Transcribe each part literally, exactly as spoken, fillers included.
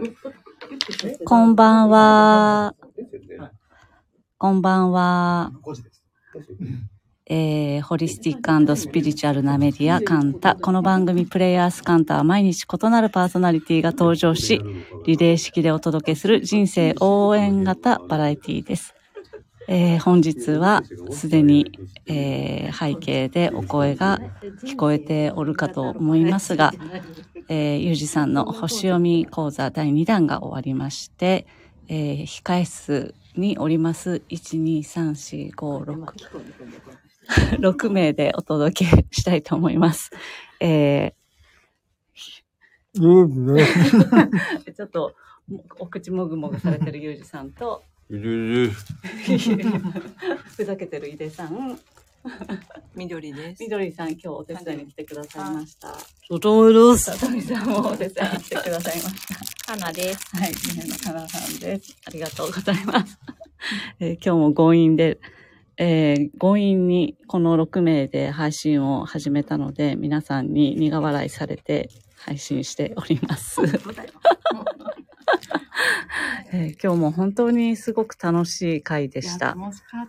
こんばんは。こんばんは。えー、ホリスティック&スピリチュアルなメディアカンタ。この番組プレイヤースカンタは毎日異なるパーソナリティが登場し、リレー式でお届けする人生応援型バラエティです。えー、本日はすでに、えー、背景でお声が聞こえておるかと思いますが、えー、ゆうじさんの星読み講座だいにだんが終わりまして、えー、控室におりますいち、に、さん、し、ご、ろく ろくめいでお届けしたいと思います。えー、ちょっとお口もぐもぐされてるゆうじさんとふざけてる井出さん、 みどりです。 みどりさん、今日お手伝いに来てくださいました。 とともです。 さとみさんもお手伝いに来てくださいました。 かなです。 はい、みへのかなさんです。ありがとうございます。えー、今日も強引で、えー、強引にこのろくめいで配信を始めたので、皆さんに苦笑いされて配信しております。えー、今日も本当にすごく楽しい回でした。 楽しかった。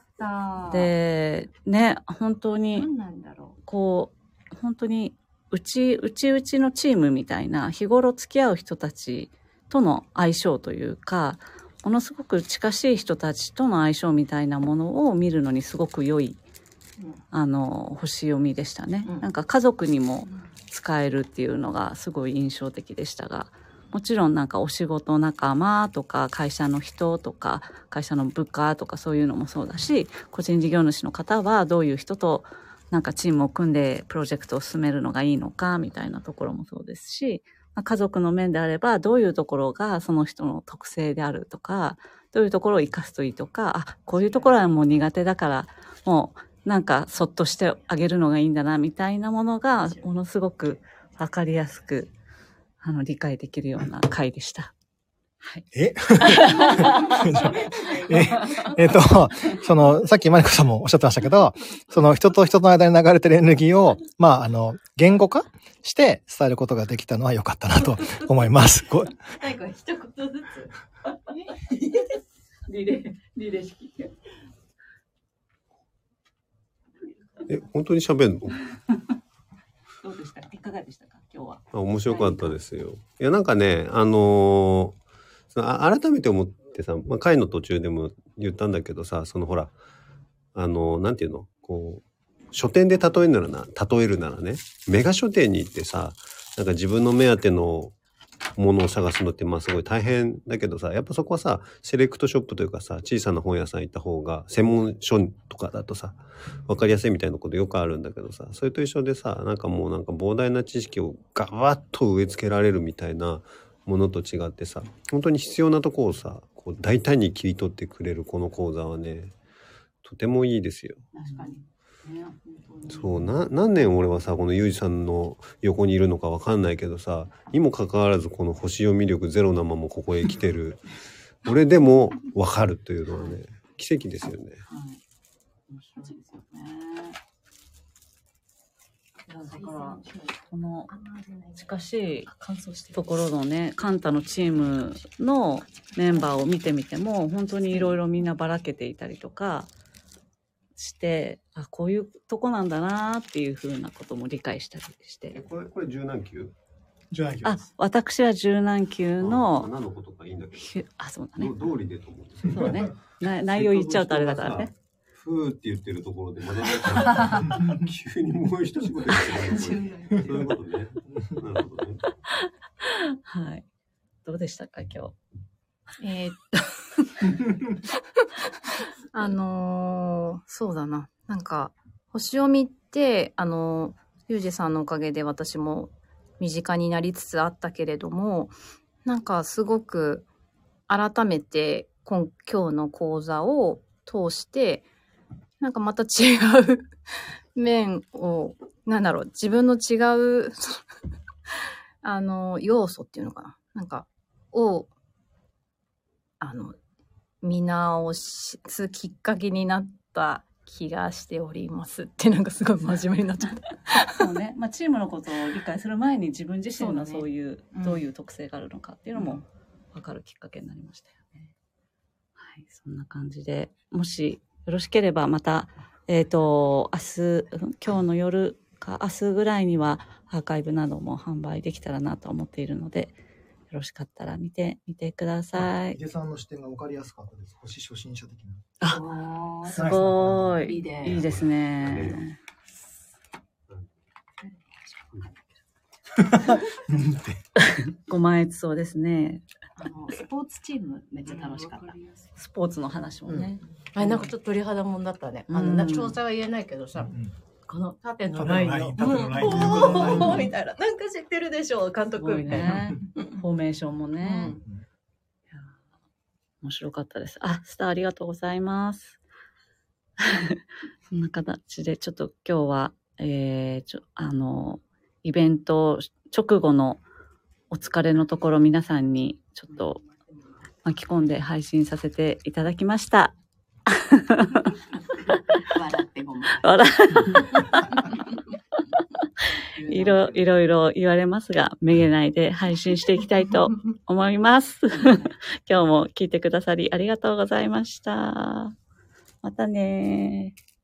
で、ね、本当に、こう、本当に、うち、うちうちのチームみたいな、日頃付き合う人たちとの相性というか、ものすごく近しい人たちとの相性みたいなものを見るのにすごく良い、うん、あの、星読みでしたね。うん、なんか家族にも使えるっていうのがすごい印象的でしたが、もちろんなんかお仕事仲間とか会社の人とか会社の部下とかそういうのもそうだし、個人事業主の方はどういう人となんかチームを組んでプロジェクトを進めるのがいいのかみたいなところもそうですし、家族の面であればどういうところがその人の特性であるとか、どういうところを生かすといいとか、あ、こういうところはもう苦手だからもうなんかそっとしてあげるのがいいんだなみたいなものがものすごくわかりやすくあの理解できるような回でした。はい、 えええっと、その、さっきマリコさんもおっしゃってましたけど、その人と人の間に流れてるエネルギーを、まあ、あの、言語化して伝えることができたのは良かったなと思います。ご最後一言ずつ。リレー、リレー式。 え、本当に喋んの？ どうでしたか？いかがでしたか？今日は。 あ、面白かったですよ。いや、なんかね、あのー、そのあ改めて思ってさ、まあ、回の途中でも言ったんだけどさ、そのほら、あのー、なんていうの？こう、書店で例えるならな、例えるならね、メガ書店に行ってさ、なんか自分の目当てのものを探すのってまあすごい大変だけどさ、やっぱそこはさ、セレクトショップというかさ、小さな本屋さん行った方が、専門書とかだとさ、わかりやすいみたいなことよくあるんだけどさ、それと一緒でさ、なんかもうなんか膨大な知識をガバッと植え付けられるみたいなものと違ってさ、本当に必要なところをさ、こう大胆に切り取ってくれるこの講座はね、とてもいいですよ。 確かに。ね、 そうな何年俺はさこのゆうじさんの横にいるのかわかんないけどさ、にもかかわらずこの星読み力ゼロなままここへ来てる俺でもわかるというのはね、奇跡ですよね。はい、 面白いですよね。いやだからこの近しいところのね、カンタのチームのメンバーを見てみても本当にいろいろみんなばらけていたりとかして、あ、こういうとこなんだなっていうふうなことも理解したりして。 えこれこれ十何級？ 十何級あ、私は十何級の。 何のことかいいんだけど。 あ、そうだね。 通りでと思って。 そうね。な内容言っちゃうとあれだからね。 ふーって言ってるところでまだ急にもう一仕事やってない。そういうことね。なるほどね。 はい。どうでしたか今日。 えー、っとあのー、そうだな。なんか、星読みって、あのー、ゆうじさんのおかげで私も身近になりつつあったけれども、なんかすごく改めて今今日の講座を通して、なんかまた違う面を、なんだろう、自分の違うあの、要素っていうのかな。なんか、を、あの、見直すきっかけになった気がしておりますってなんかすごい真面目になっちゃった。 そうね。まあチームのことを理解する前に自分自身のそういう、そうね、どういう特性があるのかっていうのも分かかるきっかけになりましたよね。はい、そんな感じで、もしよろしければまた、えっと、明日、今日の夜か明日ぐらいにはアーカイブなども販売できたらなと思っているので、よろしかったら見てみてください。 井出さんの視点が分かりやすかったです。星初心者的な。 あ、すごい。いいですね。ご満悦そうですね。 あのスポーツチームめっちゃ楽しかった。 スポーツの話もね。 うん、あれなんかちょっと鳥肌もんだったね。あの、うん、詳細は言えないけどさ、うん、この縦のラインの、縦のラインの、うん、みたいな、なんか知ってるでしょ監督みたいな。 フォーメーションもね。うん、いや面白かったです。あ、スターありがとうございます。そんな形でちょっと今日は、えー、ちょあのイベント直後のお疲れのところ皆さんにちょっと巻き込んで配信させていただきました。 笑ってごめん。 笑いろいろいろ言われますが、めげないで配信していきたいと思います。今日も聞いてくださりありがとうございました。またねー。